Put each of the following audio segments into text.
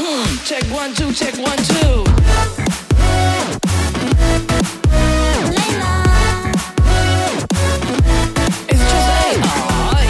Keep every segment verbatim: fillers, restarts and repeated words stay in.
Check one two, check one two。累了。It's just A I。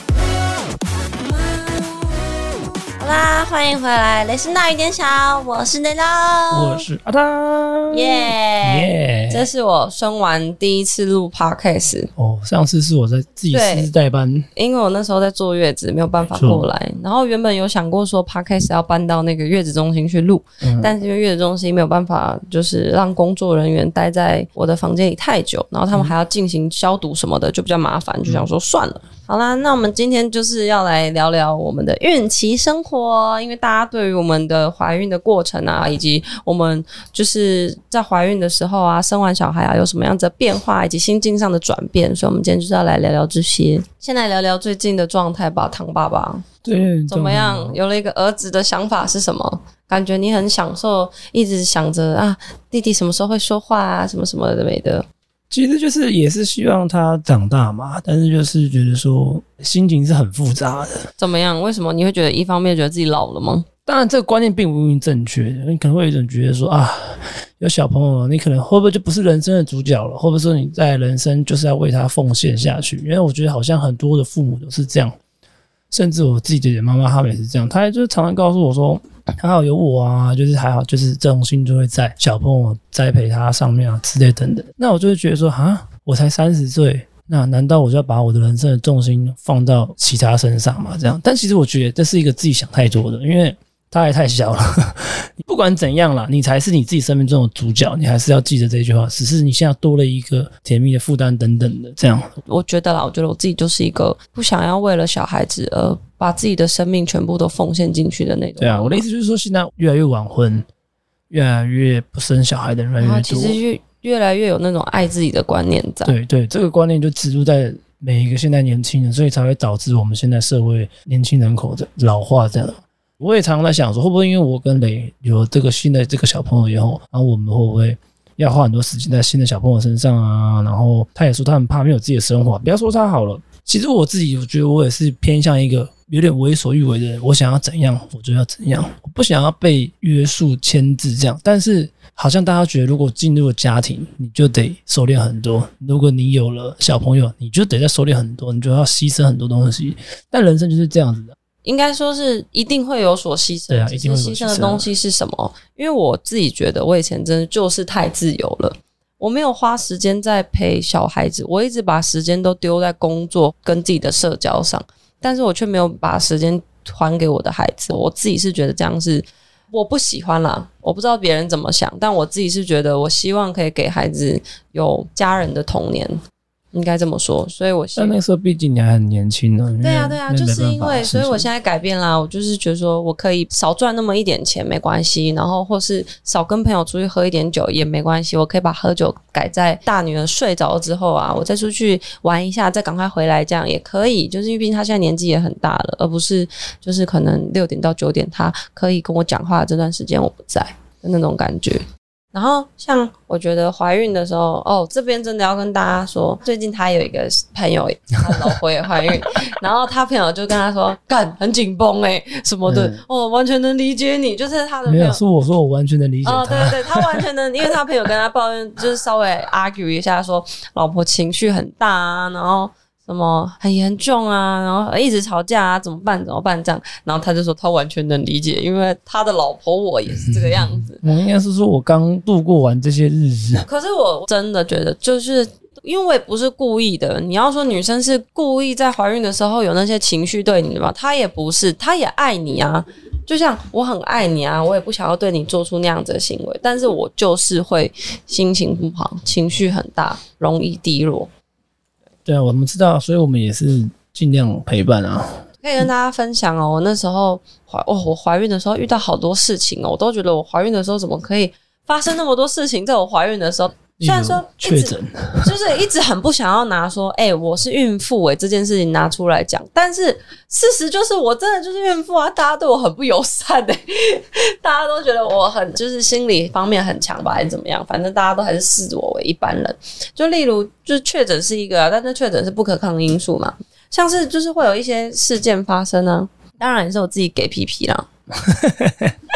好啦，欢迎回来，雷声大雨点小，我是雷拉， 我是阿汤， 耶耶！ Yeah 这是我生完第一次录 podcast 哦，上次是我在自己私代班， 因为我那时候在坐月子，没有办法过来。然后原本有想过说 podcast 要搬到那个月子中心去录，嗯、但是因为月子中心没有办法，就是让工作人员待在我的房间里太久，然后他们还要进行消毒什么的，就比较麻烦，就想说算了。好啦，那我们今天就是要来聊聊我们的孕期生活，因为大家对于我们的怀孕的过程啊，以及我们就是在怀孕的时候啊，生完小孩啊，有什么样子的变化，以及心境上的转变，所以我们今天就是要来聊聊这些。先来聊聊最近的状态吧，唐爸爸， 对， 怎么样？有了一个儿子的想法是什么？感觉你很享受，一直想着啊，弟弟什么时候会说话啊，什么什么的没的。 其实就是也是希望他长大嘛，但是就是觉得说心情是很复杂的。 怎么样？为什么你会觉得一方面觉得自己老了吗？ 当然这个观念并不一定正确的，你可能会有一种觉得说啊，有小朋友你可能会不会就不是人生的主角了，会不会说你在人生就是要为他奉献下去？因为我觉得好像很多的父母都是这样，甚至我自己的妈妈他们也是这样，她就是常常告诉我说还好有我啊，就是还好，就是这种心就会在小朋友栽培他上面啊之类等等。那我就会觉得说啊，我才三十岁，那难道我就要把我的人生的重心放到其他身上吗？这样，但其实我觉得这是一个自己想太多的，因为他还太小了。不管怎样啦，你才是你自己生命中的主角，你还是要记得这句话。只是你现在多了一个甜蜜的负担等等的，这样。 我觉得啦，我觉得我自己就是一个不想要为了小孩子而把自己的生命全部都奉献进去的那种。 对啊，我的意思就是说，现在越来越晚婚，越来越不生小孩的人越来越多。 其实越越来越有那种爱自己的观念在。 对对，这个观念就植入在每一个现代年轻人，所以才会导致我们现在社会年轻人口的老化这样。我也常常在想说，会不会因为我跟雷有这个新的这个小朋友以后，然后我们会不会要花很多时间在新的小朋友身上啊？然后他也说他很怕没有自己的生活，不要说他好了，其实我自己我觉得我也是偏向一个有点为所欲为的人，我想要怎样我就要怎样，我不想要被约束牵制这样。但是好像大家觉得如果进入了家庭你就得收敛很多，如果你有了小朋友你就得再收敛很多，你就要牺牲很多东西，但人生就是这样子的。 应该说是一定会有所牺牲， 对啊，一定会有牺牲的东西是什么？因为我自己觉得我以前真的就是太自由了，我没有花时间在陪小孩子，我一直把时间都丢在工作跟自己的社交上，但是我却没有把时间还给我的孩子。我自己是觉得这样是我不喜欢啦，我不知道别人怎么想，但我自己是觉得我希望可以给孩子有家人的童年，应该这么说。所以我但那个时候毕竟你还很年轻呢。 对啊对啊，就是因为所以我现在改变啦，我就是觉得说我可以少赚那么一点钱没关系，然后或是少跟朋友出去喝一点酒也没关系，我可以把喝酒改在大女儿睡着之后啊，我再出去玩一下再赶快回来，这样也可以，就是因为毕竟她现在年纪也很大了，而不是就是可能六点到九点她可以跟我讲话的这段时间我不在的那种感觉。然后像我觉得怀孕的时候，哦，这边真的要跟大家说，最近他有一个朋友，他老婆也怀孕，然后他朋友就跟他说，干很紧绷哎什么的，嗯、哦，完全能理解你，就是他的朋友。 没有说我说我完全能理解他。 哦，对对对，他完全能，因为他朋友跟他抱怨，就是稍微 argue 一下说，老婆情绪很大啊，然后什么很严重啊，然后一直吵架啊，怎么办怎么办这样，然后他就说他完全能理解，因为他的老婆我也是这个样子。 我应该是说我刚度过完这些日子， 可是我真的觉得就是因为我也不是故意的，你要说女生是故意在怀孕的时候有那些情绪对你的吧，她也不是，她也爱你啊，就像我很爱你啊，我也不想要对你做出那样子的行为，但是我就是会心情不好，情绪很大，容易低落。 对啊，我们知道，所以我们也是尽量陪伴啊。 可以跟大家分享哦，我那时候怀哦，我怀孕的时候遇到好多事情哦，我都觉得我怀孕的时候怎么可以发生那么多事情，在我怀孕的时候。虽然说确诊， 就是一直很不想要拿说，哎、欸，我是孕妇哎、欸、这件事情拿出来讲，但是事实就是我真的就是孕妇啊，大家对我很不友善哎、欸，大家都觉得我很就是心理方面很强吧，还是怎么样，反正大家都还是视我为一般人。就例如就是确诊是一个、啊，但是确诊是不可抗因素嘛，像是就是会有一些事件发生呢、啊，当然也是我自己给屁屁啦。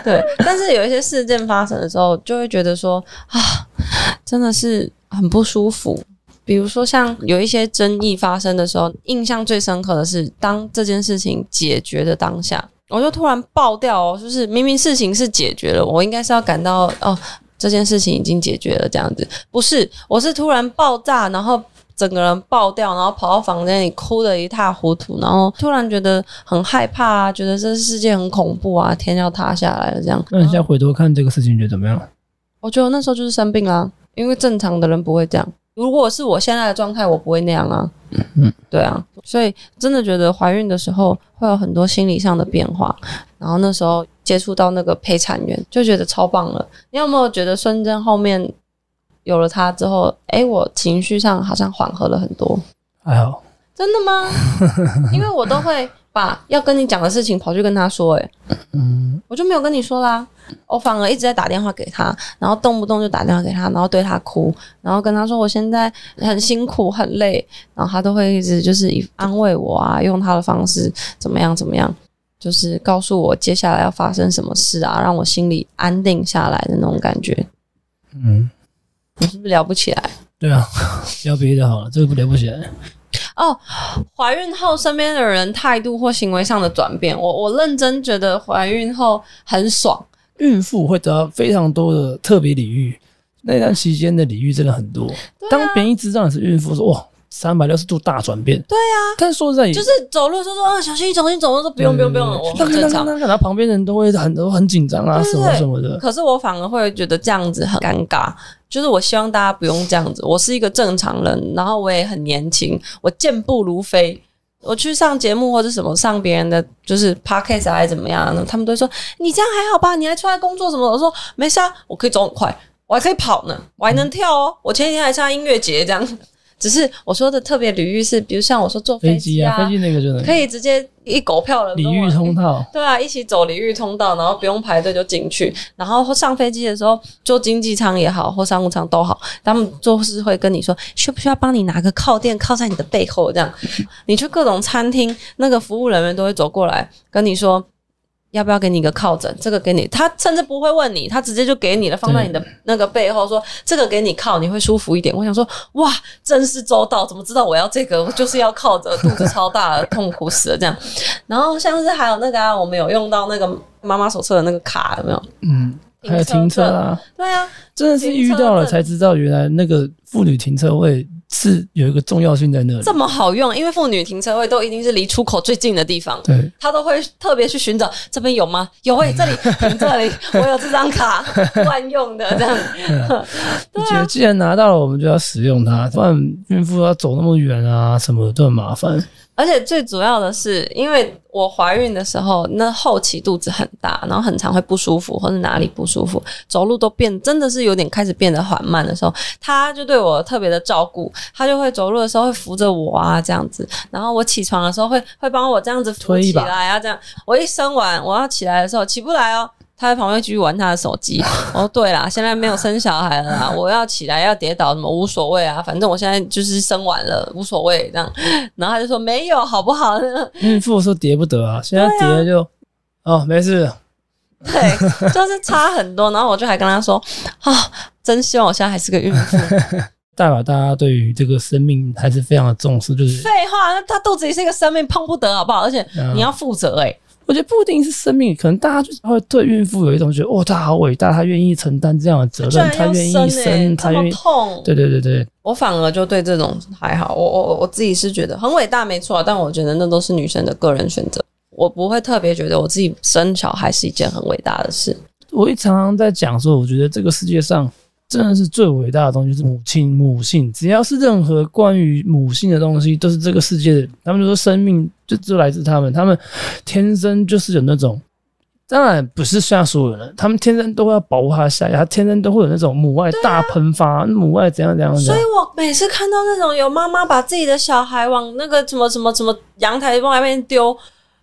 对，但是有一些事件发生的时候，就会觉得说啊，真的是很不舒服。比如说像有一些争议发生的时候，印象最深刻的是当这件事情解决的当下，我就突然爆掉哦，就是明明事情是解决了，我应该是要感到哦这件事情已经解决了这样子，不是，我是突然爆炸，然后整个人爆掉，然后跑到房间里哭得一塌糊涂，然后突然觉得很害怕啊，觉得这世界很恐怖啊，天要塌下来了这样。 那你现在回头看这个事情，你觉得怎么样？ 我觉得我那时候就是生病啦，因为正常的人不会这样。如果是我现在的状态，我不会那样啊。嗯，对啊，所以真的觉得怀孕的时候会有很多心理上的变化。然后那时候接触到那个陪产员，就觉得超棒了。你有没有觉得孙珍后面有了他之后，诶，我情绪上好像缓和了很多？ 还好。 真的吗？因为我都会把要跟你讲的事情跑去跟他说、欸，诶，嗯，我就没有跟你说啦。我反而一直在打电话给他，然后动不动就打电话给他，然后对他哭，然后跟他说我现在很辛苦很累，然后他都会一直就是安慰我啊，用他的方式怎么样怎么样，就是告诉我接下来要发生什么事啊，让我心里安定下来的那种感觉。嗯，你是不是聊不起来？ 对啊，聊别的好了，这个不聊不起来。 哦，怀孕后身边的人态度或行为上的转变，我我认真觉得怀孕后很爽。 孕妇会得到非常多的特别礼遇，那段期间的礼遇真的很多。啊、当别人一知道你是孕妇，说哇，三百六十度大转变。 对啊， 但是说实在， 就是走路说说啊，小心走心走路，说不用不用不用，我很正常。 那那旁边人都会很都很紧张啊，什么什么的。 可是我反而会觉得这样子很尴尬。就是我希望大家不用这样子，我是一个正常人，然后我也很年轻，我健步如飞。我去上节目或者什么上别人的就是 podcast 还是怎么样，他们都会说你这样还好吧，你还出来工作什么的。我说没事啊，我可以走很快，我还可以跑呢，我还能跳哦，我前几天还参加音乐节这样。只是我说的特别礼遇是，比如像我说坐飞机啊， 飞机那个就能可以直接一狗票人礼遇通道， 对啊，一起走礼遇通道，然后不用排队就进去。然后上飞机的时候，坐经济舱也好，或商务舱都好，他们就是会跟你说，需不需要帮你拿个靠垫靠在你的背后这样。你去各种餐厅，那个服务人员都会走过来跟你说，要不要给你一个靠枕？这个给你，他甚至不会问你，他直接就给你了，放在你的那个背后，说这个给你靠，你会舒服一点。我想说，哇，真是周到，怎么知道我要这个？我就是要靠着，肚子超大了，痛苦死了这样。然后像是还有那个啊，我们有用到那个妈妈手册的那个卡，有没有？嗯， 还有停车啊， 对啊， 真的是遇到了才知道，原来那个妇女停车位是有一个重要性在那里， 这么好用，因为妇女停车位都一定是离出口最近的地方， 对， 他都会特别去寻找这边有吗？有诶、欸，这里停这里，我有这张卡，万用的这样。 对啊，既然拿到了，我们就要使用它，不然孕妇要走那么远啊，什么都很麻烦。 而且最主要的是，因为我怀孕的时候，那后期肚子很大，然后很常会不舒服，或是哪里不舒服，走路都变，真的是有点开始变得缓慢的时候，他就对我特别的照顾，他就会走路的时候会扶着我啊，这样子，然后我起床的时候会会帮我这样子扶起来啊，这样，我一生完我要起来的时候起不来哦。他在旁边继续玩他的手机。我说对啦，现在没有生小孩了啦，我要起来要跌倒什么无所谓啊，反正我现在就是生完了无所谓这样。然后他就说没有好不好？ 孕妇说跌不得啊，现在跌了就、啊、哦没事。 对，就是差很多。然后我就还跟他说啊，真希望我现在还是个孕妇。 代表大家对于这个生命还是非常的重视，就是废话，那他肚子里是一个生命，碰不得好不好？而且你要负责哎、欸。 我觉得不一定是生命，可能大家就是会对孕妇有一种觉得，哦，她好伟大，她愿意承担这样的责任，她愿意生，她愿意痛。 对对对对， 我反而就对这种还好，我我我自己是觉得很伟大，没错，但我觉得那都是女生的个人选择，我不会特别觉得我自己生小孩是一件很伟大的事。 我一常常在讲说，我觉得这个世界上真的是最伟大的东西就是母亲，母性，只要是任何关于母性的东西，都是这个世界的。他们就说生命就就来自他们，他们天生就是有那种，当然不是像所有人，他们天生都要保护他的下一代，他天生都会有那种母爱大喷发，啊、母爱怎样怎样怎样。 所以我每次看到那种有妈妈把自己的小孩往那个什么什么什么阳台外面丢，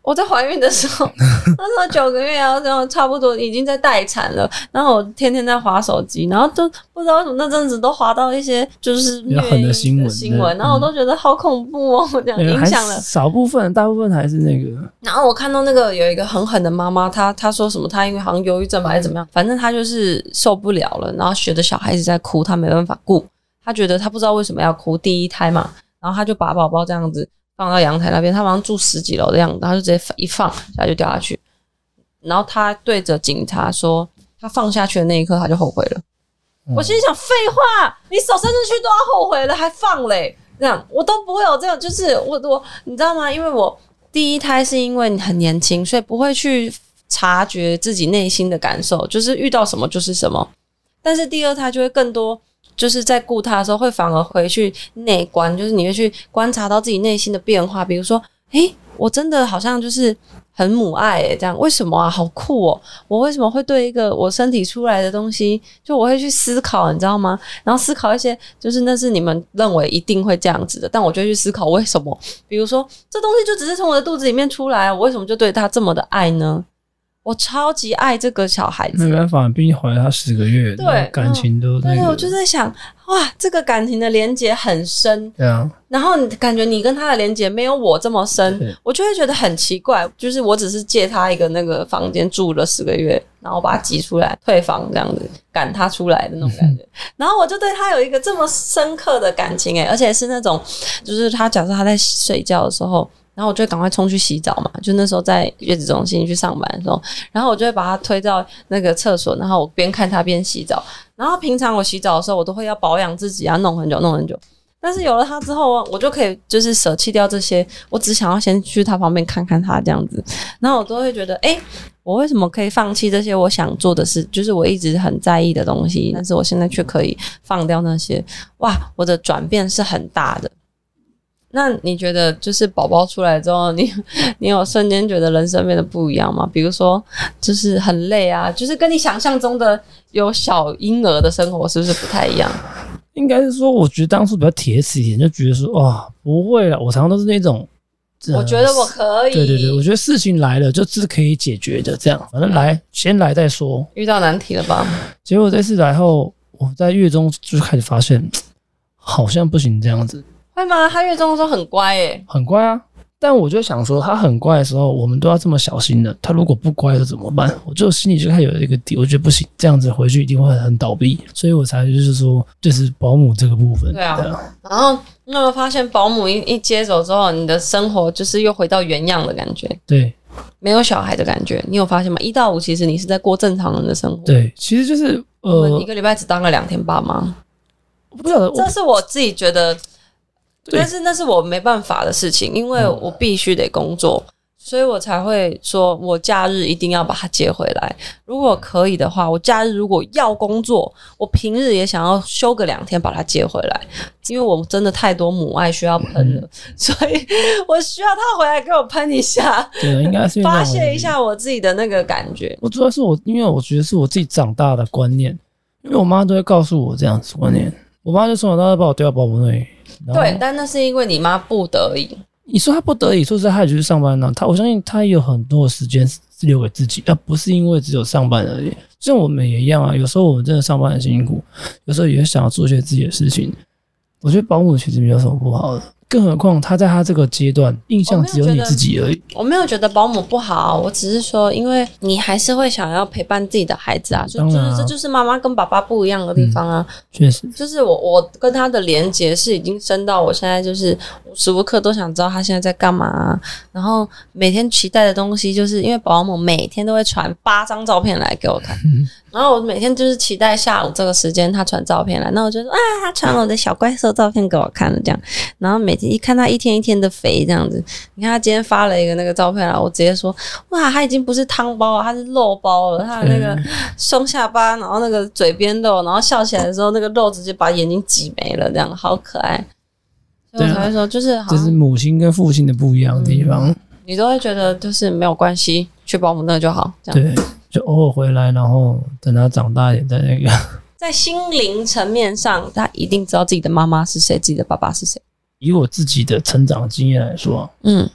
我在怀孕的时候，那时候九个月啊，然后差不多已经在待产了。然后我天天在滑手机，然后都不知道为什么那阵子都滑到一些就是虐婴的新闻，新闻，然后我都觉得好恐怖哦，这样影响了少部分，大部分还是那个。 然后我看到那个有一个很狠的妈妈，她她说什么，她因为好像忧郁症吧还是怎么样，反正她就是受不了了，然后学的小孩子在哭，她没办法顾，她觉得她不知道为什么要哭，第一胎嘛，然后她就把宝宝这样子放到阳台那边，他好像住十几楼的样子，他就直接一放下就掉下去。然后他对着警察说，他放下去的那一刻他就后悔了。嗯、我心里想，废话，你手伸进去都要后悔了，还放嘞？这样我都不会有这种，就是我我你知道吗？因为我第一胎是因为你很年轻，所以不会去察觉自己内心的感受，就是遇到什么就是什么。但是第二胎就会更多。就是在顾他的时候，会反而回去内观，就是你会去观察到自己内心的变化。比如说，诶，我真的好像就是很母爱诶，这样为什么啊？好酷哦！我为什么会对一个我身体出来的东西，就我会去思考，你知道吗？然后思考一些，就是那是你们认为一定会这样子的，但我就会去思考为什么。比如说，这东西就只是从我的肚子里面出来，我为什么就对他这么的爱呢？我超级爱这个小孩子， 没办法，毕竟怀了他十个月，对，感情都、那个、 对，我就在想，哇，这个感情的连结很深， 对啊。 然后你感觉你跟他的连结没有我这么深，我就会觉得很奇怪。就是我只是借他一个那个房间住了十个月，然后把他挤出来退房这样子，赶他出来的那种感觉。然后我就对他有一个这么深刻的感情诶、欸，而且是那种，就是他假设他在睡觉的时候。然后我就赶快冲去洗澡嘛，就那时候在月子中心去上班的时候，然后我就会把他推到那个厕所，然后我边看他边洗澡。然后平常我洗澡的时候，我都会要保养自己啊，弄很久弄很久。但是有了他之后，我就可以就是舍弃掉这些，我只想要先去他旁边看看他这样子。然后我都会觉得，诶，我为什么可以放弃这些我想做的事，就是我一直很在意的东西，但是我现在却可以放掉那些。哇，我的转变是很大的。那你觉得就是宝宝出来之后，你你有瞬间觉得人生变得不一样吗？比如说就是很累啊，就是跟你想象中的有小婴儿的生活是不是不太一样？ 应该是说，我觉得当初比较铁齿一点，就觉得说，哇，不会啦，我常常都是那种， 呃、我觉得我可以， 对对对，我觉得事情来了就是可以解决的，这样，反正来、嗯、先来再说。 遇到难题了吧？ 结果这次来后，我在月中就开始发现，好像不行这样子。 会吗？他月中的时候很乖耶、欸， 很乖啊。但我就想说，他很乖的时候，我们都要这么小心的。他如果不乖了怎么办？我就心里就开始有一个底，我觉得不行，这样子回去一定会很倒闭，所以我才就是说，就是保姆这个部分。 对啊。对啊，然后那我发现保姆一一接走之后，你的生活就是又回到原样的感觉。 对。 没有小孩的感觉，你有发现吗？一到五其实你是在过正常人的生活。 对，其实就是呃， 我们一个礼拜只当了两天爸妈。 我不晓得， 这是我自己觉得。但是那是我没办法的事情，因为我必须得工作，所以我才会说我假日一定要把他接回来。如果可以的话，我假日如果要工作，我平日也想要休个两天把他接回来，因为我真的太多母爱需要喷了、嗯、所以我需要他回来给我喷一下， 对，应该是发泄一下我自己的那个感觉。 我主要是我因为我觉得是我自己长大的观念，因为我妈都会告诉我这样子观念，我妈就从小到大把我丢到保姆那里。 对，但那是因为你妈不得已。 你说她不得已，说实在，她也就是上班呢、啊。她，我相信她也有很多的时间是留给自己，而不是因为只有上班而已。像我们也一样啊，有时候我们真的上班很辛苦，有时候也想要做一些自己的事情。我觉得保姆其实没有什么不好的，更何况她在她这个阶段，印象只有你自己而已。 我没有觉得保姆不好，我只是说，因为你还是会想要陪伴自己的孩子啊，就就是这就是妈妈跟爸爸不一样的地方啊。 确、嗯、实， 就是我我跟他的连结是已经深到我现在就是无时无刻都想知道他现在在干嘛、啊，然后每天期待的东西，就是因为保姆每天都会传八张照片来给我看。嗯，然后我每天就是期待下午这个时间他传照片来，那我就说啊，他传我的小怪兽照片给我看了这样，然后每天一看他一天一天的肥这样子，你看他今天发了一个那个照片来，我直接说哇，他已经不是汤包了，他是肉包了，他的那个双下巴，然后那个嘴边肉，然后笑起来的时候那个肉直接把眼睛挤没了，这样好可爱。所以我才会说，就是好像这是母亲跟父亲的不一样的地方、嗯， 你都会觉得就是没有关系，去保姆那个就好，这样对。就偶尔回来，然后等他长大一点再那个。 在心灵层面上，他一定知道自己的妈妈是谁，自己的爸爸是谁。 以我自己的成长经验来说，嗯，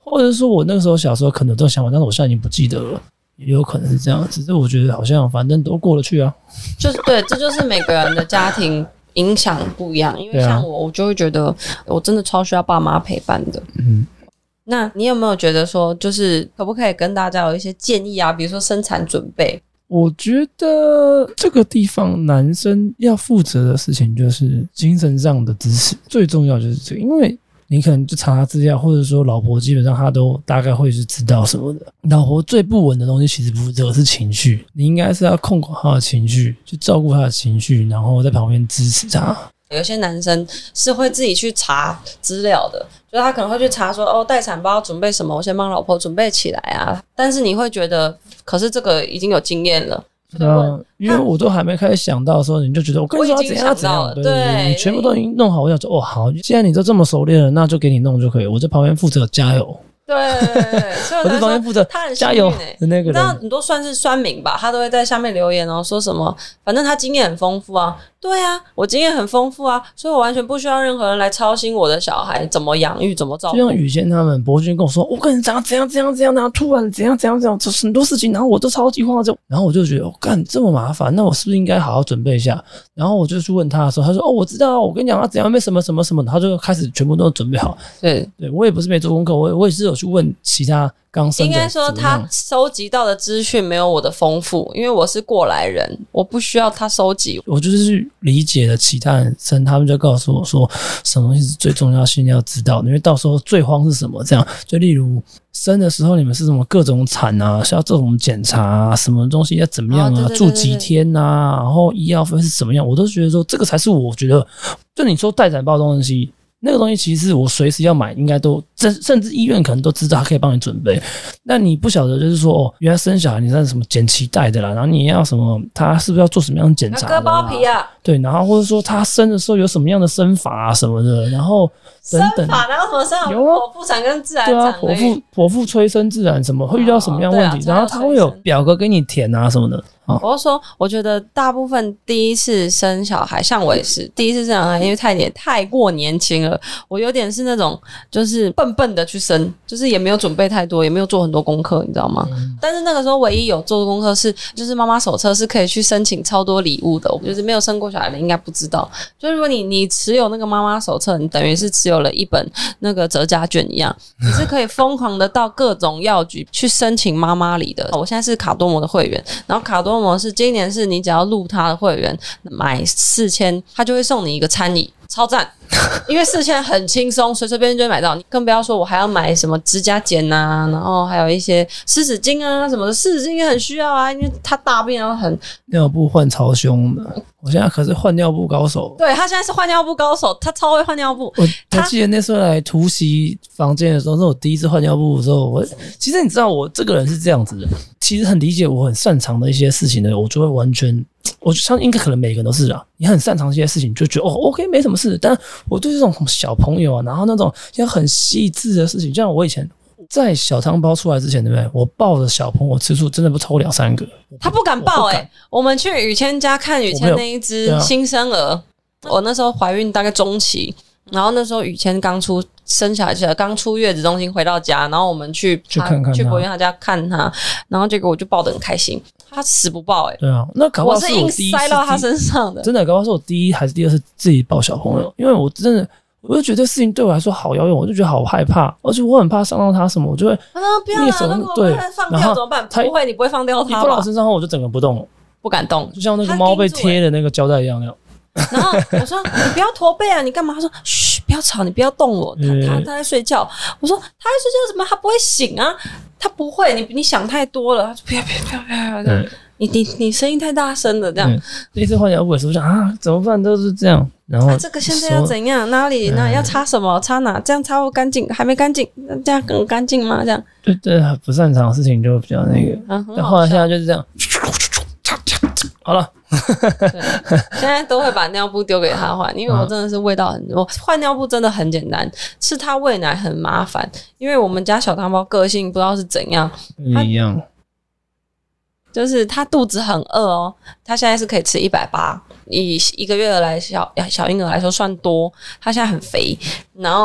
或者说我那个时候小时候可能有这种想法，但是我现在已经不记得了，也有可能是这样。只是我觉得好像反正都过得去啊。 就是对，这就是每个人的家庭影响不一样。因为像我，我就会觉得我真的超需要爸妈陪伴的。嗯。那你有没有觉得说，就是可不可以跟大家有一些建议啊？比如说生产准备。 我觉得这个地方男生要负责的事情就是精神上的支持，最重要就是这个，因为你可能就查资料，或者说老婆基本上她都大概会是知道什么的。老婆最不稳的东西其实不是这个，是情绪。你应该是要控管她的情绪，去照顾她的情绪，然后在旁边支持她。 有些男生是会自己去查资料的，就是他可能会去查说，哦，待产包要准备什么，我先帮老婆准备起来啊。但是你会觉得，可是这个已经有经验了。 嗯，因为我都还没开始想到的时候，你就觉得我跟你说他怎样怎样，对对对，你全部都已经弄好，我想说，哦，好，既然你都这么熟练了，那就给你弄就可以，我在旁边负责加油。 对对对，所以我在旁边负责加油的那个人， 那很多算是酸民吧，他都会在下面留言哦，说什么，反正他经验很丰富啊，对啊，我经验很丰富啊，所以我完全不需要任何人来操心我的小孩怎么养育，怎么照顾。 就像宇轩他们，博君跟我说，我跟你讲怎样怎样怎样，然后突然怎样怎样怎样，这很多事情，然后我都超级慌张，然后我就觉得，我、哦、干这么麻烦，那我是不是应该好好准备一下？然后我就去问他的时候，他说，哦，我知道，我跟你讲他怎样被什么什么什么，他就开始全部都准备好。 对， 对我也不是没做功课，我我也是有去问其他。刚生的应该说他收集到的资讯没有我的丰富，因为我是过来人，我不需要他收集。 我就是去理解了其他人生，他们就告诉我说什么东西是最重要性要知道的，因为到时候最慌是什么，这样就例如生的时候你们是什么各种产啊，是要这种检查啊，什么东西要怎么样啊，哦、对对对对住几天啊，然后医药费是怎么样，我都觉得说这个才是我觉得，就你说待产包东西。那个东西其实我随时要买，应该都甚至医院可能都知道，他可以帮你准备。那你不晓得就是说，哦，原来生小孩你是什么剪脐带的啦，然后你要什么，他是不是要做什么样的检查？ 割包皮啊， 对，然后或者说他生的时候有什么样的生法啊什么的，然后等等。 生法哪有什么生法？有啊，剖腹产跟自然产。 对啊，剖腹剖腹催生自然什么会遇到什么样的问题？哦啊、然后他会有表格给你填啊什么的。 哦、我就说，我觉得大部分第一次生小孩，像我也是第一次生小孩，因为太年太过年轻了，我有点是那种就是笨笨的去生，就是也没有准备太多，也没有做很多功课，你知道吗？嗯、但是那个时候唯一有做的功课是，就是妈妈手册是可以去申请超多礼物的。我就是没有生过小孩的应该不知道，就如果你你持有那个妈妈手册，你等于是持有了一本那个折价券一样，你是可以疯狂的到各种药局去申请妈妈礼的。我现在是卡多摩的会员，然后卡多模式今年是你只要入他的会员买四千，他就会送你一个餐椅，超赞！因为四千很轻松，随随便便就会买到。你更不要说我还要买什么指甲剪啊，然后还有一些湿纸巾啊什么的，湿纸巾也很需要啊，因为他大便要很尿布换超凶的。我现在可是换尿布高手， 对他现在是换尿布高手，他超会换尿布。 我我记得那时候来突袭房间的时候，是我第一次换尿布的时候，我其实你知道我这个人是这样子的，其实很理解我很擅长的一些事情的，我就会完全，我相信应该可能每个人都是啊，你很擅长这些事情，就觉得哦 OK 没什么事，但我对这种小朋友啊，然后那种要很细致的事情，就像我以前。在小汤包出来之前，对不对？我抱着小朋友吃醋，真的不超过两三个。 他不敢抱哎、欸！我们去宇谦家看宇谦那一只新生儿，我, 我那时候怀孕大概中期，然后那时候宇谦刚出生小孩起来，刚出月子中心回到家，然后我们去去看看去博源他家看他，然后结果我就抱得很开心，他死不抱哎、欸！ 对啊，那搞不好我是硬塞到他身上的， 真的搞不好是我第一还是第二次自己抱小朋友，因为我真的。我就觉得事情对我来说好遥远，我就觉得好害怕，而且我很怕伤到他什么，我就会啊不要啦，如果我放掉怎么办？不会，你不会放掉他吧？ 你放到我身上后，我就整个不动了， 不敢动， 就像那个猫被贴的那个胶带一样那样。 然后我说你不要驼背啊，你干嘛？他说嘘，不要吵，你不要动我，他他他在睡觉。我说他在睡觉怎么？他不会醒啊？他不会，你你想太多了。他说不要不要不要不要不要，你你你声音太大声了，这样。 第一次换尿布的时候，我想啊，怎么办？都是这样。然后、 啊、这个现在要怎样？哪里？那要擦什么？擦哪？这样擦会干净？还没干净？这样更干净吗？这样？ 对对，不擅长的事情就比较那个。嗯，但后来现在就是这样。好了， 对，现在都会把尿布丢给他换，因为我真的是味道很多。换尿布真的很简单，是他喂奶很麻烦，因为我们家小汤包个性不知道是怎样， 不一样。 就是他肚子很饿哦，他现在是可以吃一百八，以一个月来小小婴儿来说算多。他现在很肥，然后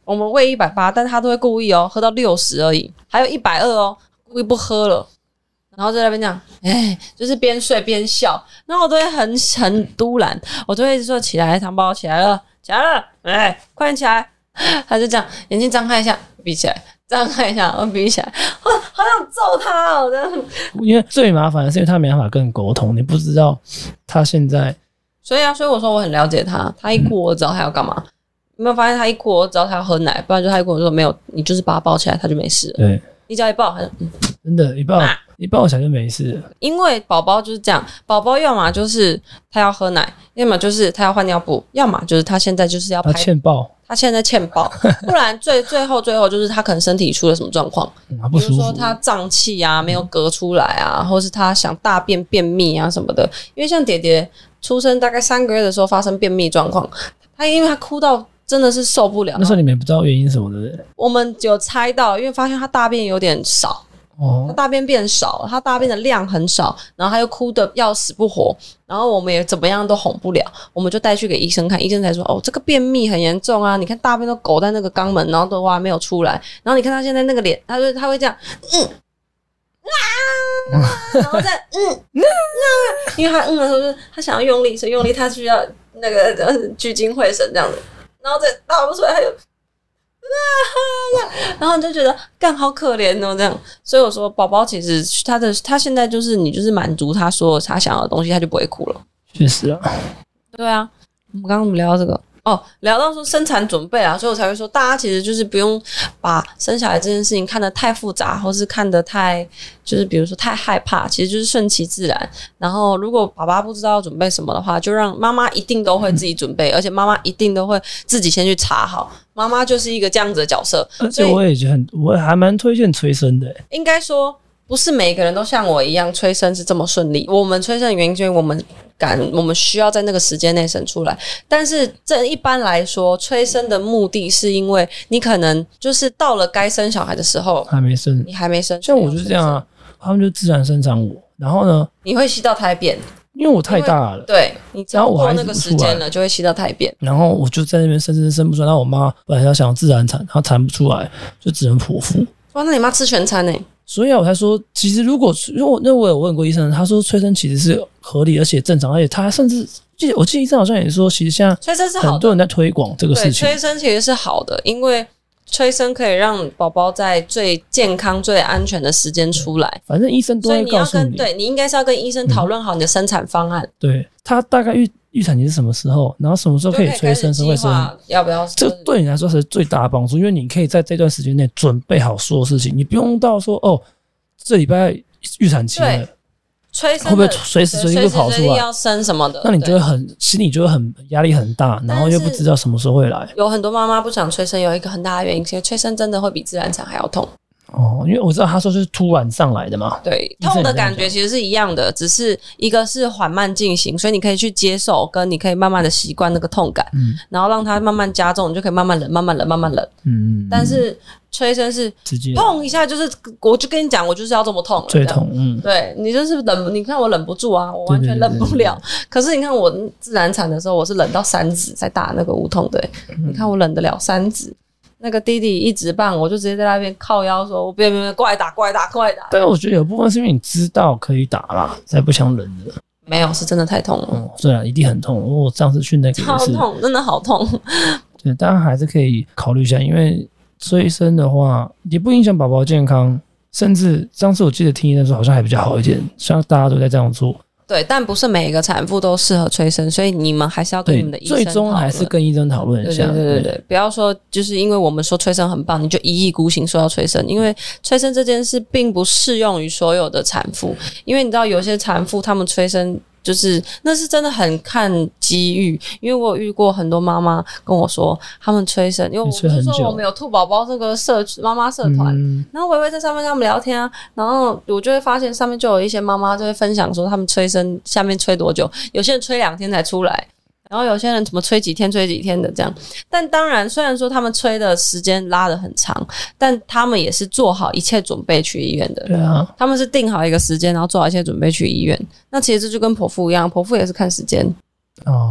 我们喂一百八，但他都会故意哦喝到六十而已，还有一百二哦，故意不喝了，然后在那边讲，哎，就是边睡边笑，然后我都会很很嘟懒，我都会一直说起来，糖宝起来了，起来了，哎，快点起来，他就这样眼睛张开一下，闭起来。张开一下，我闭起来，啊，好想揍他哦！这样， 因为最麻烦的是，因为他没办法跟你沟通，你不知道他现在。 所以啊，所以我说我很了解他，他一哭我知道他要干嘛。有没有发现他一哭我知道他要喝奶，不然就他一哭我说没有，你就是把他抱起来，他就没事了。 对， 你只要一抱，他就嗯， 真的，一抱、啊、一抱起来就没事了。 因为宝宝就是这样，宝宝要么就是他要喝奶，要么就是他要换尿布，要么就是他现在就是要拍他欠抱。 他现在欠抱，不然最最后最后就是他可能身体出了什么状况， 嗯、不舒服， 比如说他胀气啊，没有隔出来啊，或是他想大便便秘啊什么的。因为像爹爹出生大概三个月的时候发生便秘状况，他因为他哭到真的是受不了。 那时候你们也不知道原因什么的， 我们有猜到，因为发现他大便有点少。 哦， 他大便变少，他大便的量很少，然后他又哭得要死不活，然后我们也怎么样都哄不了，我们就带去给医生看，医生才说哦，这个便秘很严重啊，你看大便都勾在那个肛门，然后都还没有出来，然后你看他现在那个脸，他就他会这样，嗯啊，然后再嗯嗯啊，因为他嗯的时候就是他想要用力，所以用力他需要那个聚精会神这样子，然后再倒不出来，他就。然后你就觉得干好可怜哦，这样，所以我说宝宝其实他的他现在就是你就是满足他所有他想要的东西，他就不会哭了。 确实啊， 对啊，我们刚刚怎么聊到这个？哦，聊到说生产准备啊，所以我才会说，大家其实就是不用把生小孩这件事情看得太复杂，或是看得太就是比如说太害怕，其实就是顺其自然。然后如果爸爸不知道要准备什么的话，就让妈妈一定都会自己准备，而且妈妈一定都会自己先去查好。妈妈就是一个这样子的角色， 而且我也觉得很，我还蛮推荐催生的。 应该说，不是每个人都像我一样催生是这么顺利。我们催生的原因，就是我们赶，我们需要在那个时间内生出来。但是这一般来说，催生的目的是因为你可能就是到了该生小孩的时候还没生， 你还没生。 像我就是这样啊，他们就自然生产我，然后呢， 你会吸到胎便。 因为我太大了， 对，你超过那个时间了，就会吸到胎便。 然后我就在那边生生生不出来，然后我妈本来要想自然产，然后产不出来，就只能剖腹。 哇，那你妈吃全餐呢、欸？ 所以啊，我才说，其实如果如果那我有问过医生，他说催生其实是合理而且正常，而且他甚至记得我记得医生好像也说，其实现在催生是好的， 很多人在推广这个事情。 对，催生其实是好的，因为催生可以让宝宝在最健康、最安全的时间出来。 反正医生都会告诉你， 所以你要跟对你应该是要跟医生讨论好你的生产方案。 嗯、对他大概预预产期是什么时候，然后什么时候可以催生，什么时候要不要？ 这对你来说是最大的帮助，因为你可以在这段时间内准备好所有事情，你不用到说哦，这礼拜预产期了。 催生会不会随时随地就跑出来？ 要生什么的？ 那你就会很心里就会很压力很大，然后又不知道什么时候会来。 有很多妈妈不想催生，有一个很大的原因，其实催生真的会比自然产还要痛。 哦，因为我知道他说是突然上来的嘛， 对，痛的感觉其实是一样的，只是一个是缓慢进行，所以你可以去接受，跟你可以慢慢的习惯那个痛感，嗯，然后让它慢慢加重，你就可以慢慢冷，慢慢冷，慢慢冷，嗯，但是催生是直接碰一下，就是我就跟你讲，我就是要这么痛了， 最痛，嗯， 对你就是忍，你看我忍不住啊，我完全忍不了。对对对对，可是你看我自然产的时候，我是忍到三指才打那个无痛的、欸嗯，你看我忍得了三指。那个弟弟一直棒，我就直接在那边靠腰说：“我别别别，过来打，过来打，过来打。” 但是我觉得有部分是因为你知道可以打啦，才不想忍的。 没有，是真的太痛了。 嗯，对啊，一定很痛。我上次去那个也是超痛，真的好痛。 对，当然还是可以考虑一下，因为催生的话也不影响宝宝健康，甚至上次我记得听医生说好像还比较好一点，像大家都在这样做。 对，但不是每一个产妇都适合催生，所以你们还是要跟你们的医生最终还是跟医生讨论一下。 对对对对对，不要说就是因为我们说催生很棒，你就一意孤行说要催生，因为催生这件事并不适用于所有的产妇，因为你知道有些产妇她们催生。就是那是真的很看机遇，因为我有遇过很多妈妈跟我说，他们催生，因为我不是说我们有兔宝宝这个社妈妈社团、嗯，然后我也会在上面跟他们聊天啊，然后我就会发现上面就有一些妈妈就会分享说他们催生下面催多久，有些人催两天才出来。然后有些人怎么催几天催几天的这样，但当然虽然说他们催的时间拉得很长，但他们也是做好一切准备去医院的。 对啊， 他们是定好一个时间，然后做好一切准备去医院。那其实这就跟剖腹一样，剖腹也是看时间。 哦，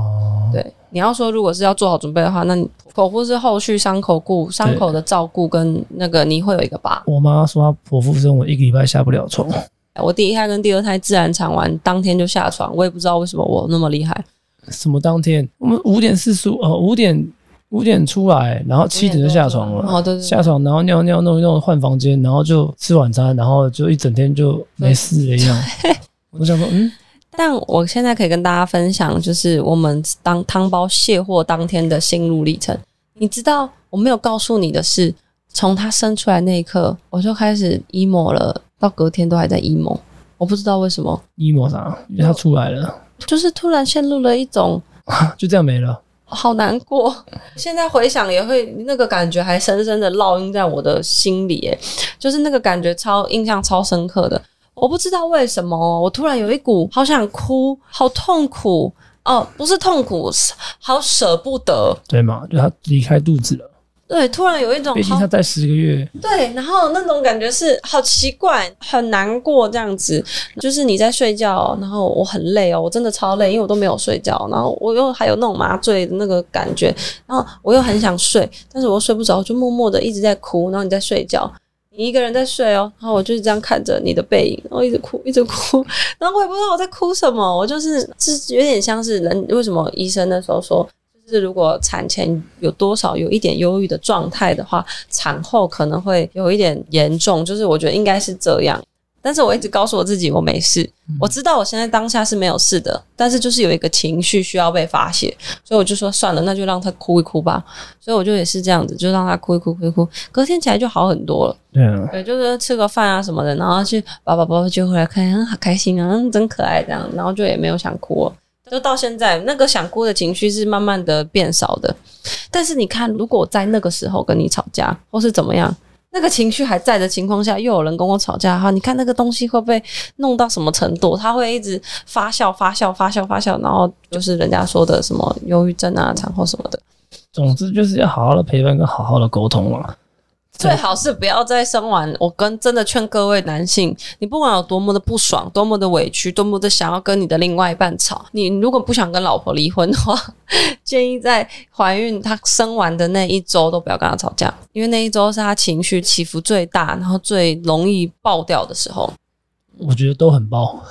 对，你要说如果是要做好准备的话，那你剖腹是后续伤口顾伤口的照顾跟那个你会有一个疤。 我妈说她剖腹生我一个礼拜下不了床。 我第一胎跟第二胎自然产完当天就下床，我也不知道为什么我那么厉害。 什么当天？我们五点四十五，呃，五点五点出来，然后七点就下床了。 哦，对对对， 下床，然后尿尿弄一弄，换房间，然后就吃晚餐，然后就一整天就没事了一样。我想说，嗯。 但我现在可以跟大家分享，就是我们当汤包卸货当天的心路历程。你知道我没有告诉你的是，从他生出来那一刻，我就开始 emo 了，到隔天都还在 emo。我不知道为什么 emo 啥，因为他出来了， 就是突然陷入了一种就这样没了， 好难过。现在回想也会那个感觉还深深的烙印在我的心里，耶，就是那个感觉超印象超深刻的。我不知道为什么，我突然有一股好想哭，好痛苦哦，不是痛苦，好舍不得， 对嘛？就他离开肚子了， 对，突然有一种， 毕竟他在十个月， 对，然后那种感觉是好奇怪，很难过这样子。就是你在睡觉，然后我很累哦，我真的超累，因为我都没有睡觉，然后我又还有那种麻醉的那个感觉，然后我又很想睡，但是我又睡不着，就默默的一直在哭，然后你在睡觉。你一个人在睡哦，然后我就是这样看着你的背影，然后一直哭，一直哭，然后我也不知道我在哭什么，我就是就是有点像是人为什么医生那时候说，就是如果产前有多少有一点忧郁的状态的话，产后可能会有一点严重，就是我觉得应该是这样。但是我一直告诉我自己我没事，嗯、我知道我现在当下是没有事的，但是就是有一个情绪需要被发泄，所以我就说算了，那就让他哭一哭吧。所以我就也是这样子，就让他哭一哭哭一哭，隔天起来就好很多了。 对啊， 对，就是吃个饭啊什么的，然后去把宝宝接回来看，嗯，好开心啊，嗯，真可爱这样，然后就也没有想哭了。就到现在，那个想哭的情绪是慢慢的变少的。但是你看，如果我在那个时候跟你吵架，或是怎么样，那个情绪还在的情况下，又有人跟我吵架的话，你看那个东西会被弄到什么程度？它会一直发酵、发酵、发酵、发酵，然后就是人家说的什么忧郁症啊、产后什么的。 总之就是要好好的陪伴跟好好的沟通了。 最好是不要再生完。我跟真的劝各位男性，你不管有多么的不爽，多么的委屈，多么的想要跟你的另外一半吵，你如果不想跟老婆离婚的话，建议在怀孕她生完的那一周都不要跟她吵架，因为那一周是她情绪起伏最大，然后最容易爆掉的时候。 我觉得都很爆，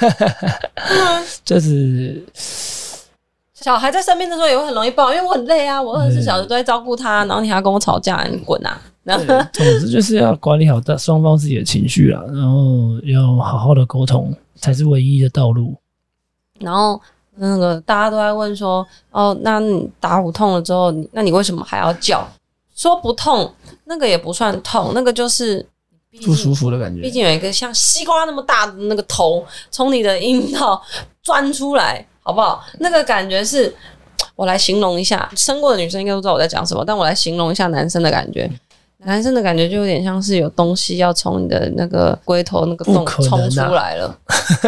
就是小孩在身边的时候也会很容易爆，因为我很累啊，我二十四小时都在照顾他，然后你还要跟我吵架，你滚啊！ 总之就是要管理好双方自己的情绪啦，然后要好好的沟通，才是唯一的道路。 然后那个大家都在问说，哦，那你打无痛了之后，那你为什么还要叫？说不痛，那个也不算痛，那个就是不舒服的感觉。 毕竟有一个像西瓜那么大的那个头从你的阴道钻出来，好不好？那个感觉是，我来形容一下，生过的女生应该都知道我在讲什么，但我来形容一下男生的感觉。男生的感觉就有点像是有东西要从你的那个龟头那个洞冲出来了，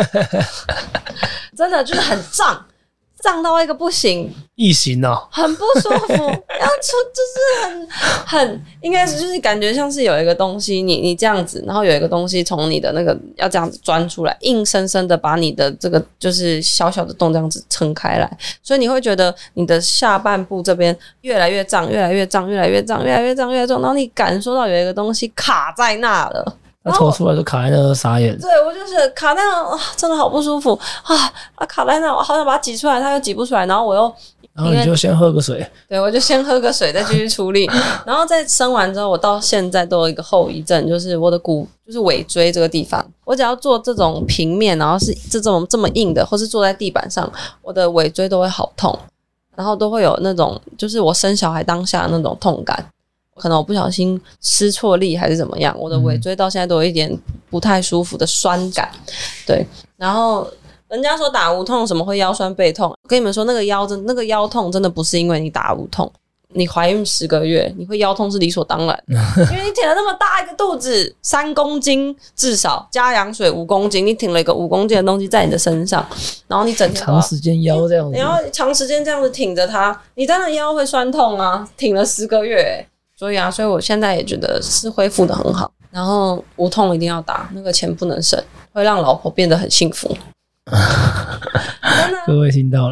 真的就是很胀，胀到一个不行， 异形哦， 很不舒服，要出就是很很应该是就是感觉像是有一个东西，你你这样子，然后有一个东西从你的那个要这样子钻出来，硬生生的把你的这个就是小小的洞这样子撑开来，所以你会觉得你的下半部这边越来越胀，越来越胀，越来越胀，越来越胀，越来越胀，然后你感受到有一个东西卡在那了。 他头出来就卡在那，傻眼。 对，我就是卡在那、啊，真的好不舒服啊！啊，卡在那，我好想把它挤出来，它又挤不出来，然后我又， 然后你就先喝个水。 对，我就先喝个水，再继续处理。然后在生完之后，我到现在都有一个后遗症，就是我的骨，就是尾椎这个地方，我只要做这种平面，然后是这种这么硬的，或是坐在地板上，我的尾椎都会好痛，然后都会有那种，就是我生小孩当下的那种痛感。可能我不小心施错力还是怎么样，我的尾椎到现在都有一点不太舒服的酸感。对，然后人家说打无痛什么会腰酸背痛，我跟你们说那个腰真那个腰痛真的不是因为你打无痛，你怀孕十个月你会腰痛是理所当然，因为你挺了那么大一个肚子，三公斤至少加羊水五公斤，你挺了一个五公斤的东西在你的身上，然后你整天长时间腰这样子， 你要长时间这样子挺着它，你当然腰会酸痛啊，挺了十个月、欸。所以啊，所以我现在也觉得是恢复的很好。然后无痛一定要打，那个钱不能省，会让老婆变得很幸福。 各位听到了，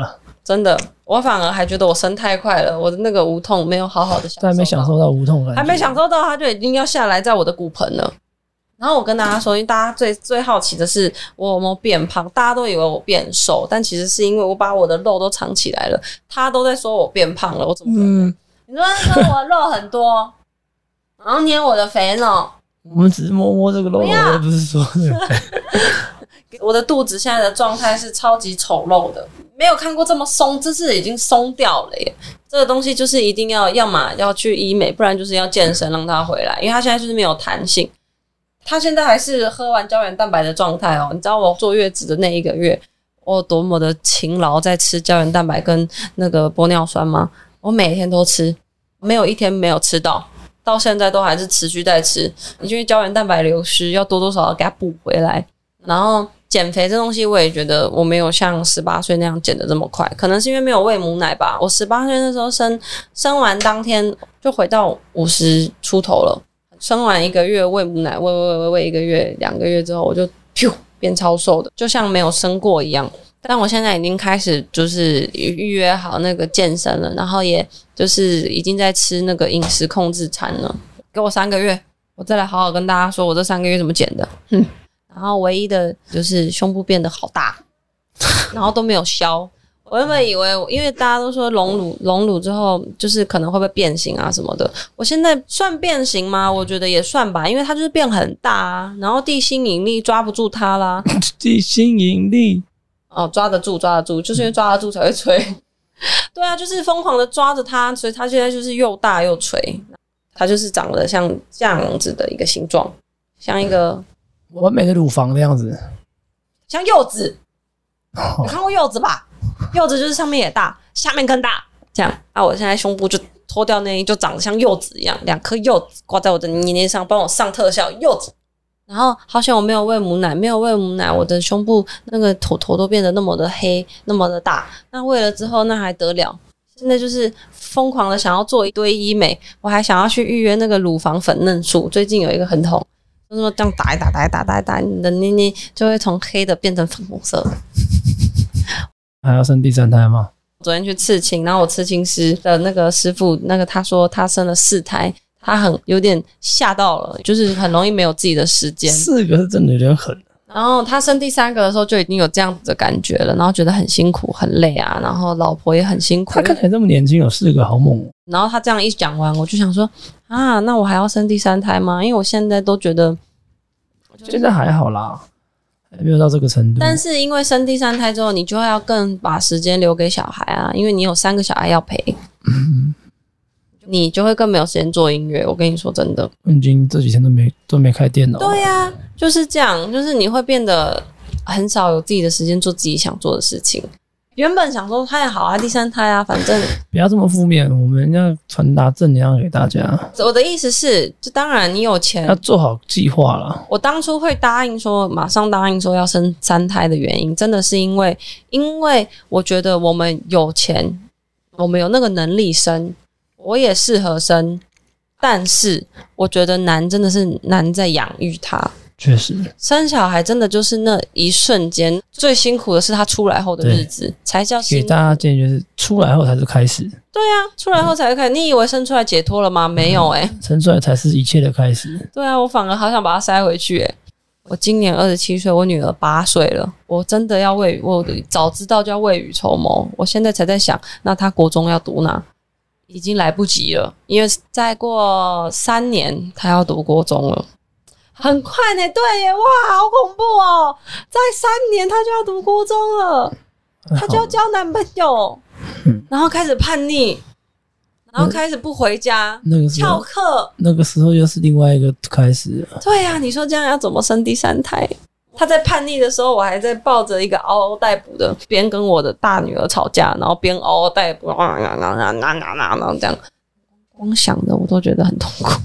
真的，我反而还觉得我生太快了，我的那个无痛没有好好的享受到， 还没享受到无痛感觉， 还没享受到，它就已经要下来在我的骨盆了。然后我跟大家说，因为大家最最好奇的是我有没有变胖，大家都以为我变瘦，但其实是因为我把我的肉都藏起来了，他都在说我变胖了，我怎么可能？嗯、你说说我的肉很多，然后捏我的肥肉， 我们只是摸摸这个肉，我不是说我的肚子现在的状态是超级丑陋的，没有看过这么松，这是已经松掉了耶。这个东西就是一定要，要么要去医美，不然就是要健身让它回来，因为它现在就是没有弹性。他现在还是喝完胶原蛋白的状态哦。你知道我坐月子的那一个月，我多么的勤劳在吃胶原蛋白跟那个玻尿酸吗？我每天都吃，没有一天没有吃到，到现在都还是持续在吃，因为胶原蛋白流失，要多多少少给它补回来。然后减肥这东西，我也觉得我没有像十八岁那样减得这么快，可能是因为没有喂母奶吧。我十八岁那时候生生完当天就回到五十出头了。生完一个月喂母奶，喂喂喂喂一个月两个月之后，我就噗变超瘦的，就像没有生过一样。但我现在已经开始就是预约好那个健身了，然后也就是已经在吃那个饮食控制餐了。给我三个月，我再来好好跟大家说我这三个月怎么减的。哼，然后唯一的就是胸部变得好大，然后都没有消。我原本以为，因为大家都说隆乳隆乳之后就是可能会不会变形啊什么的，我现在算变形吗？我觉得也算吧，因为它就是变很大啊，然后地心引力抓不住它啦。 地心引力哦，抓得住抓得住，就是因为抓得住才会垂。对啊，就是疯狂的抓着它，所以它现在就是又大又垂，它就是长得像这样子的一个形状，像一个完美的乳房的样子， 像柚子。你看过柚子吧？柚子就是上面也大，下面更大，这样啊！我现在胸部就脱掉内衣，就长得像柚子一样，两颗柚子挂在我的捏捏上，帮我上特效柚子。然后好险我没有喂母奶，没有喂母奶，我的胸部那个头头都变得那么的黑，那么的大。那喂了之后，那还得了？现在就是疯狂的想要做一堆医美，我还想要去预约那个乳房粉嫩术，最近有一个很红。就是说这样打一打打一打打一打，你的捏捏就会从黑的变成粉红色。 还要生第三胎吗？ 昨天去刺青，然后我刺青师的那个师傅，那个他说他生了四胎，他很有点吓到了，就是很容易没有自己的时间。 四个是真的有点狠。 然后他生第三个的时候就已经有这样子的感觉了，然后觉得很辛苦很累啊，然后老婆也很辛苦。 他看起来这么年轻，有四个好猛哦。 然后他这样一讲完，我就想说啊，那我还要生第三胎吗？因为我现在都觉得现在还好啦，还没有到这个程度。 但是因为生第三胎之后，你就要更把时间留给小孩啊，因为你有三个小孩要陪，嗯、你就会更没有时间做音乐。我跟你说真的， 我已经这几天都没都没开电脑。 对呀、啊，就是这样，就是你会变得很少有自己的时间做自己想做的事情。原本想说太好啊，第三胎啊，反正不要这么负面，我们要传达正能量给大家。 我的意思是，就当然你有钱， 要做好计划啦。 我当初会答应说，马上答应说要生三胎的原因，真的是因为，因为我觉得我们有钱，我们有那个能力生，我也适合生，但是我觉得难，真的是难在养育他。 确实， 生小孩真的就是那一瞬间，最辛苦的是他出来后的日子才叫辛苦。 给大家建议就是，出来后才是开始。 对啊，出来后才是开始。你以为生出来解脱了吗？没有哎、欸， 生出来才是一切的开始。 对啊，我反而好想把它塞回去哎、欸。我今年二十七岁，我女儿八岁了，我真的要未，我早知道就要未雨绸缪。我现在才在想，那她国中要读哪？已经来不及了，因为再过三年她要读国中了。很快呢，对耶，哇，好恐怖哦！在三年他就要读国中了，他就要交男朋友，嗯、然后开始叛逆，然后开始不回家， 那个翘课， 那个时候又是另外一个开始了。 对啊，你说这样要怎么生第三胎？他在叛逆的时候，我还在抱着一个嗷嗷待哺的，边跟我的大女儿吵架，然后边嗷嗷待哺，啊啊啊啊啊啊啊这样，光想着我都觉得很痛苦。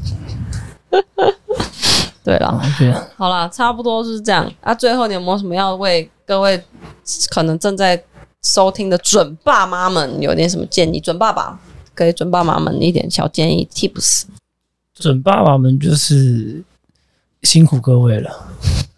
对了，好啦，差不多是这样啊。最后你有没有什么要为各位可能正在收听的准爸妈们有点什么建议？准爸爸给准爸妈们一点小建议 tips。 准爸爸们就是辛苦各位了，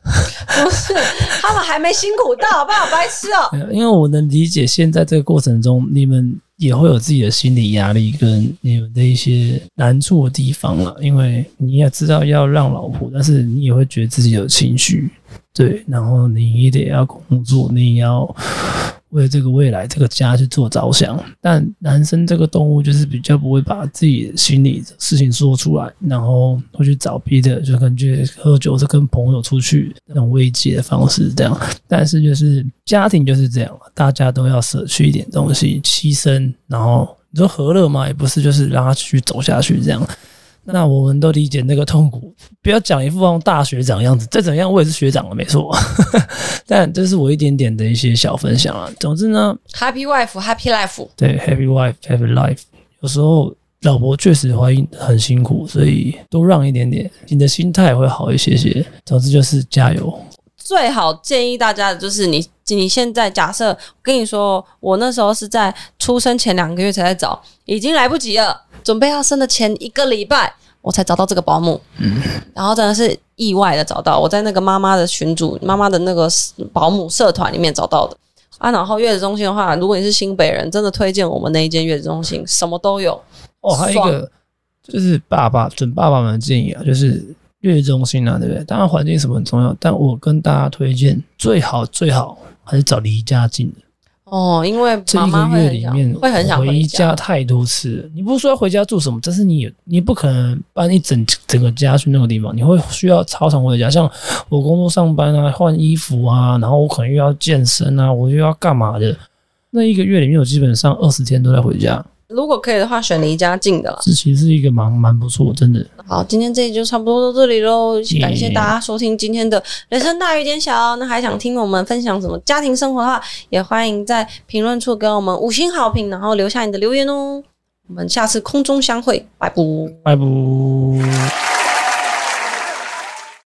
不是，他们还没辛苦到，好不好？白痴哦、 喔！因为我能理解现在这个过程中，你们也会有自己的心理压力跟你们的一些难处的地方啦。因为你也知道要让老婆，但是你也会觉得自己有情绪，对，然后你也得要工作，你也要为这个未来这个家去做着想。但男生这个动物就是比较不会把自己的心里的事情说出来，然后会去找别的，就感觉喝酒是跟朋友出去那种慰藉的方式这样。但是就是家庭就是这样，大家都要舍去一点东西，牺牲，然后你说和乐嘛，也不是，就是让他继续走下去这样。那我们都理解那个痛苦，不要讲一副像大学长的样子，再怎样我也是学长了，没错。但这是我一点点的一些小分享啊。总之呢 ，Happy wife, happy life。 对 ，Happy wife, happy life。有时候老婆确实怀孕很辛苦，所以多让一点点，你的心态会好一些些。总之就是加油。 最好建议大家的就是你，你现在假设我跟你说，我那时候是在出生前两个月才在找，已经来不及了。准备要生的前一个礼拜，我才找到这个保姆，嗯，然后真的是意外的找到，我在那个妈妈的群组、妈妈的那个保姆社团里面找到的啊。然后月子中心的话，如果你是新北人，真的推荐我们那一间月子中心，什么都有。 哦，还有一个就是爸爸准爸爸们的建议啊，就是月子中心啊，对不对？当然环境什么很重要，但我跟大家推荐最好最好还是找离家近的。 哦，因为妈妈这一个月里面会很想回家太多次了。你不是说要回家住什么，但是你你不可能搬一整整个家去那个地方，你会需要超常回家。像我工作上班啊，换衣服啊，然后我可能又要健身啊，我又要干嘛的。那一个月里面，我基本上二十天都在回家。 如果可以的话，选离家近的啦。 这其实是一个蛮蛮不错，真的。 好，今天这一集就差不多到这里咯，感谢大家收听今天的人生大于点小。那还想听我们分享什么家庭生活的话，也欢迎在评论处给我们五星好评，然后留下你的留言哦。我们下次空中相会，拜拜， 拜拜。